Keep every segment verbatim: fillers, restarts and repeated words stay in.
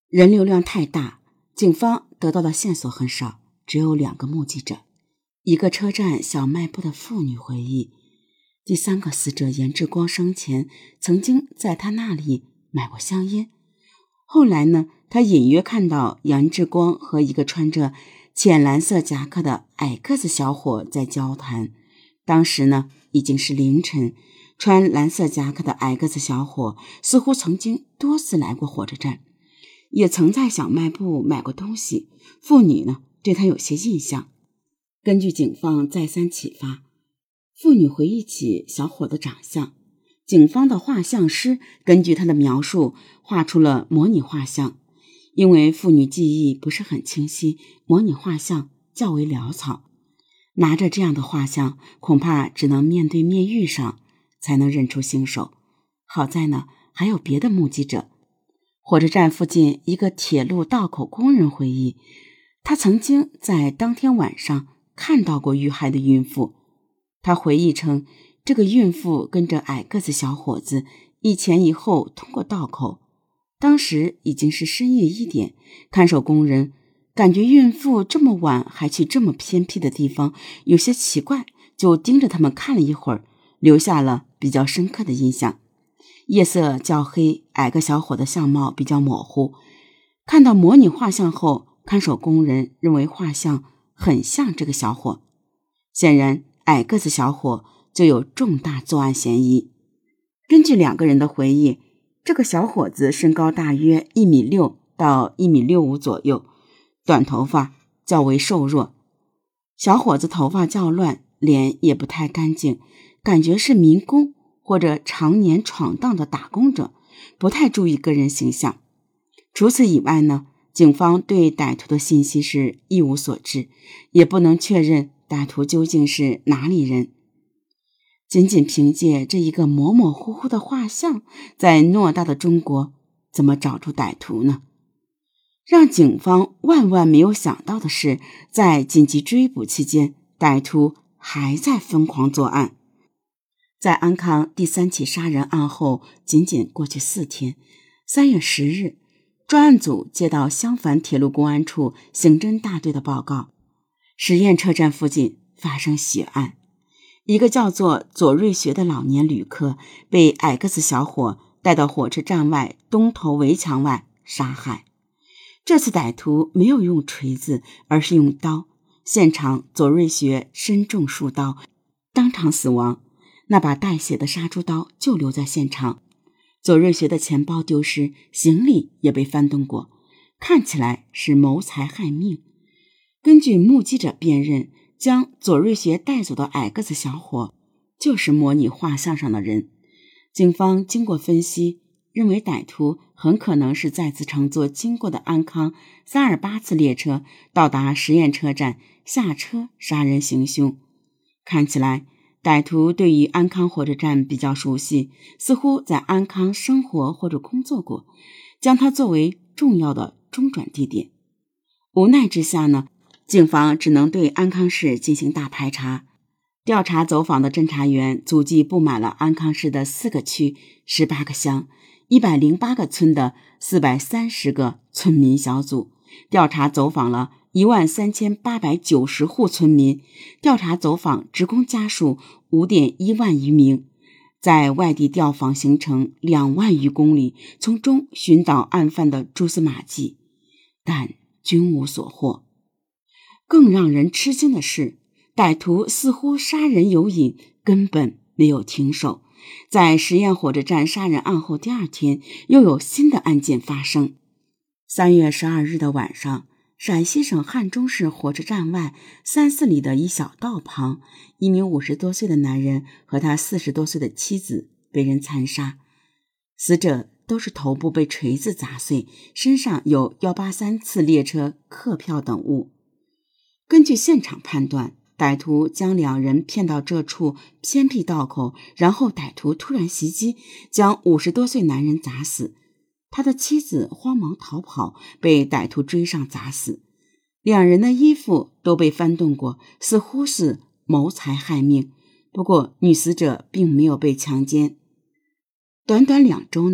人流量太大，警方得到的线索很少，只有两个目击者，一个车站小卖部的妇女回忆，第三个死者严志光生前曾经在他那里买过香烟。后来呢，他隐约看到严志光和一个穿着浅蓝色夹克的矮个子小伙在交谈。当时呢，已经是凌晨，穿蓝色夹克的矮个子小伙似乎曾经多次来过火车站，也曾在小卖部买过东西。妇女呢，对他有些印象。根据警方再三启发，妇女回忆起小伙的长相，警方的画像师根据他的描述画出了模拟画像。因为妇女记忆不是很清晰，模拟画像较为潦草，拿着这样的画像，恐怕只能面对面遇上才能认出凶手。好在呢，还有别的目击者。火车站附近一个铁路道口工人回忆，他曾经在当天晚上看到过遇害的孕妇。他回忆称，这个孕妇跟着矮个子小伙子一前一后通过道口，当时已经是深夜一点，看守工人感觉孕妇这么晚还去这么偏僻的地方有些奇怪，就盯着他们看了一会儿，留下了比较深刻的印象。夜色较黑，矮个小伙的相貌比较模糊。看到模拟画像后，看守工人认为画像很像这个小伙，显然矮个子小伙就有重大作案嫌疑。根据两个人的回忆，这个小伙子身高大约一米六到一米六五左右，短头发，较为瘦弱。小伙子头发较乱，脸也不太干净，感觉是民工或者常年闯荡的打工者，不太注意个人形象。除此以外呢，警方对歹徒的信息是一无所知，也不能确认歹徒究竟是哪里人。仅仅凭借这一个模模糊糊的画像，在偌大的中国怎么找出歹徒呢？让警方万万没有想到的是，在紧急追捕期间，歹徒还在疯狂作案。在安康第三起杀人案后仅仅过去四天，三月十日，专案组接到襄樊铁路公安处刑侦大队的报告，实验车站附近发生血案，一个叫做左瑞学的老年旅客被矮个子小伙带到火车站外东头围墙外杀害。这次歹徒没有用锤子，而是用刀，现场左瑞学身中数刀，当场死亡。那把带血的杀猪刀就留在现场。左瑞学的钱包丢失，行李也被翻动过，看起来是谋财害命。根据目击者辨认，将左瑞学带走的矮个子小伙就是模拟画像上的人。警方经过分析，认为歹徒很可能是再次乘坐经过的安康三二八次列车到达实验车站，下车杀人行凶。看起来歹徒对于安康火车站比较熟悉，似乎在安康生活或者工作过，将它作为重要的中转地点。无奈之下呢，警方只能对安康市进行大排查。调查走访的侦查员足迹布满了安康市的四个区、十八个乡、一百零八个村的四百三十个村民小组，调查走访了一万三千八百九十户村民，调查走访职工家属五点一万余名，在外地调访行程两万余公里，从中寻找案犯的蛛丝马迹，但均无所获。更让人吃惊的是，歹徒似乎杀人有瘾，根本没有停手。在实验火车站杀人案后第二天，又有新的案件发生。三月十二日的晚上，陕西省汉中市火车站外三四里的一小道旁，一名五十多岁的男人和他四十多岁的妻子被人残杀。死者都是头部被锤子砸碎，身上有一八三次列车客票等物。根据现场判断，歹徒将两人骗到这处偏僻道口，然后歹徒突然袭击，将五十多岁男人砸死。他的妻子慌忙逃跑，被歹徒追上砸死。两人的衣服都被翻动过，似乎是谋财害命。不过女死者并没有被强奸。短短两周内，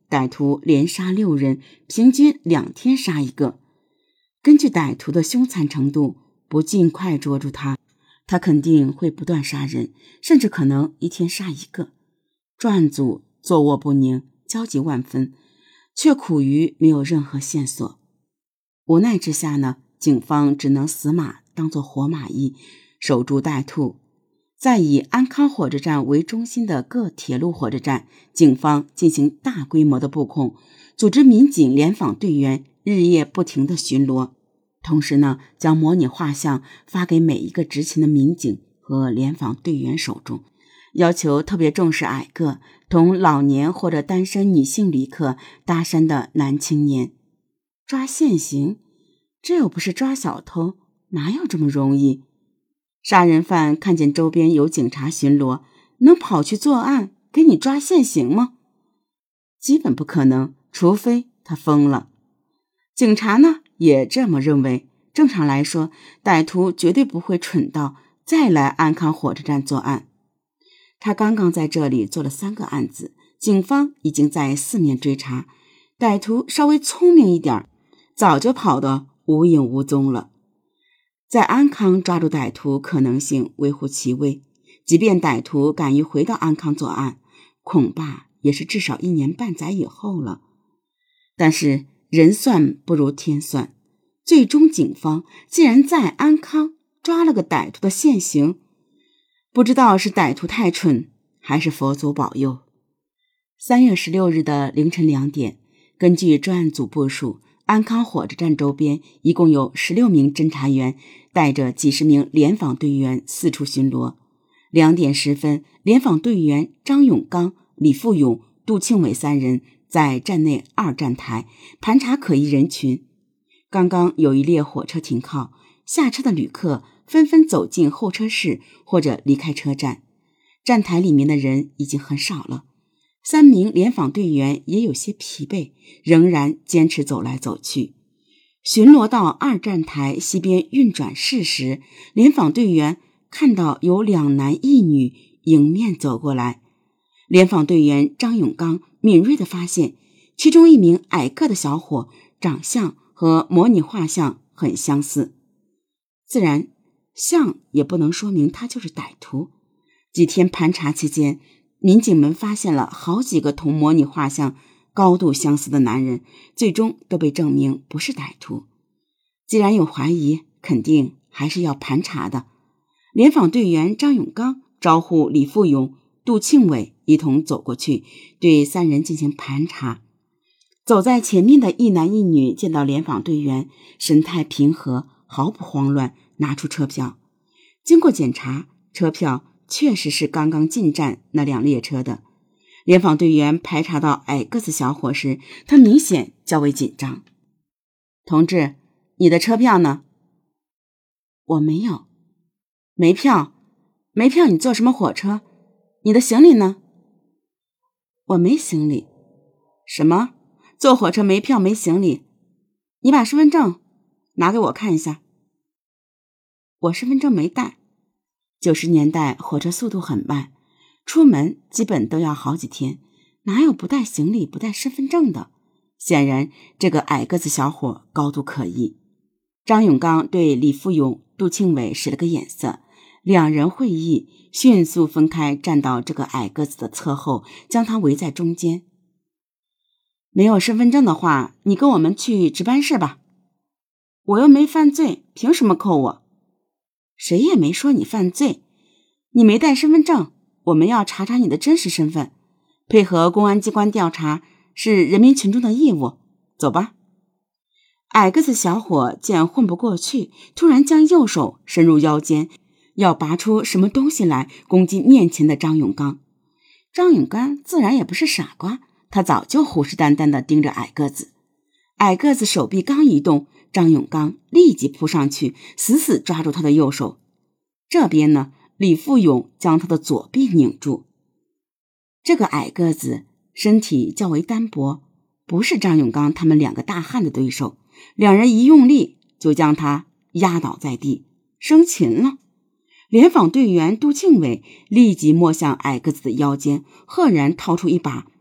歹徒连杀六人，平均两天杀一个。根据歹徒的凶残程度，不尽快捉住他，他肯定会不断杀人，甚至可能一天杀一个。专案组坐卧不宁，焦急万分，却苦于没有任何线索。无奈之下呢，警方只能死马当作活马医，守株待兔。在以安康火车站为中心的各铁路火车站，警方进行大规模的布控，组织民警联防队员日夜不停地巡逻，同时呢，将模拟画像发给每一个执勤的民警和联防队员手中，要求特别重视矮个、同老年或者单身女性旅客搭讪的男青年。抓现行，这又不是抓小偷，哪有这么容易？杀人犯看见周边有警察巡逻，能跑去作案给你抓现行吗？基本不可能，除非他疯了。警察呢也这么认为。正常来说，歹徒绝对不会蠢到再来安康火车站作案。他刚刚在这里做了三个案子，警方已经在四面追查，歹徒稍微聪明一点，早就跑得无影无踪了。在安康抓住歹徒可能性微乎其微，即便歹徒敢于回到安康作案，恐怕也是至少一年半载以后了。但是人算不如天算，最终警方竟然在安康抓了个歹徒的现行，不知道是歹徒太蠢，还是佛祖保佑。三月十六日的凌晨两点，根据专案组部署，安康火车站周边一共有十六名侦查员带着几十名联防队员四处巡逻。两点十分，联防队员张永刚、李富勇、杜庆伟三人在站内二站台盘查可疑人群。刚刚有一列火车停靠，下车的旅客纷纷走进候车室或者离开车站，站台里面的人已经很少了。三名联防队员也有些疲惫，仍然坚持走来走去。巡逻到二站台西边运转室时，联防队员看到有两男一女迎面走过来。联防队员张永刚敏锐地发现，其中一名矮个的小伙长相和模拟画像很相似，自然像也不能说明他就是歹徒。几天盘查期间，民警们发现了好几个同模拟画像高度相似的男人，最终都被证明不是歹徒。既然有怀疑，肯定还是要盘查的。联防队员张永刚招呼李富勇、杜庆伟一同走过去，对三人进行盘查。走在前面的一男一女见到联防队员，神态平和，毫不慌乱，拿出车票。经过检查，车票确实是刚刚进站那辆列车的。联防队员排查到矮个子小伙时，他明显较为紧张。同志，你的车票呢？我没有。没票？没票你坐什么火车？你的行李呢？我没行李。什么？坐火车没票没行李？你把身份证拿给我看一下。我身份证没带。九十年代火车速度很慢，出门基本都要好几天，哪有不带行李不带身份证的？显然这个矮个子小伙高度可疑。张永刚对李富勇、杜庆伟使了个眼色，两人会意，迅速分开站到这个矮个子的侧后，将他围在中间。没有身份证的话，你跟我们去值班室吧。我又没犯罪，凭什么扣我？谁也没说你犯罪，你没带身份证，我们要查查你的真实身份，配合公安机关调查是人民群众的义务。走吧。矮个子小伙见混不过去，突然将右手伸入腰间，要拔出什么东西来攻击面前的张永刚。张永刚自然也不是傻瓜，他早就虎视眈眈地盯着矮个子。矮个子手臂刚移动，张永刚立即扑上去，死死抓住他的右手。这边呢，李富勇将他的左臂拧住。这个矮个子身体较为单薄，不是张永刚他们两个大汉的对手，两人一用力就将他压倒在地，生擒了。联防队员杜庆伟立即摸向矮个子的腰间，赫然掏出一把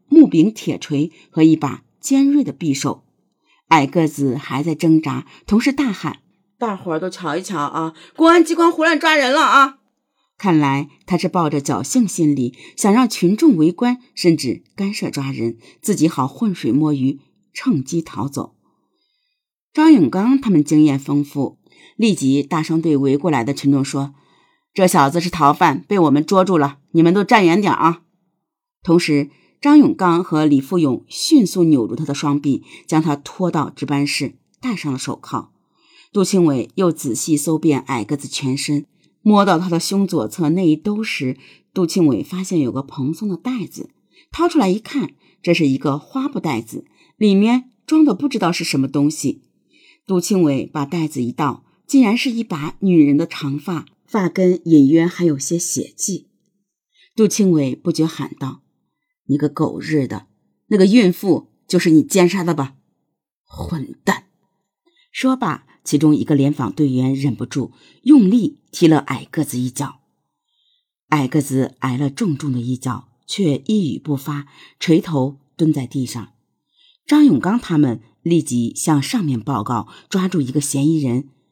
木柄铁锤和一把尖锐的匕首。矮个子还在挣扎，同时大喊：大伙儿都瞧一瞧啊，公安机关胡乱抓人了啊！看来他是抱着侥幸心理，想让群众围观，甚至干涉抓人，自己好浑水摸鱼，趁机逃走。张永刚他们经验丰富，立即大声对围过来的群众说：这小子是逃犯，被我们捉住了，你们都站远点啊！同时张永刚和李富勇迅速扭住他的双臂，将他拖到值班室，戴上了手铐。杜庆伟又仔细搜遍矮个子全身，摸到他的胸左侧那一兜时，杜庆伟发现有个蓬松的袋子，掏出来一看，这是一个花布袋子，里面装的不知道是什么东西。杜庆伟把袋子一倒，竟然是一把女人的长发，发根隐约还有些血迹。杜庆伟不觉喊道：你个狗日的，那个孕妇就是你奸杀的吧？混蛋！说罢，其中一个联防队员忍不住用力踢了矮个子一脚。矮个子挨了重重的一脚，却一语不发，垂头蹲在地上。张永刚他们立即向上面报告，抓住一个嫌疑人，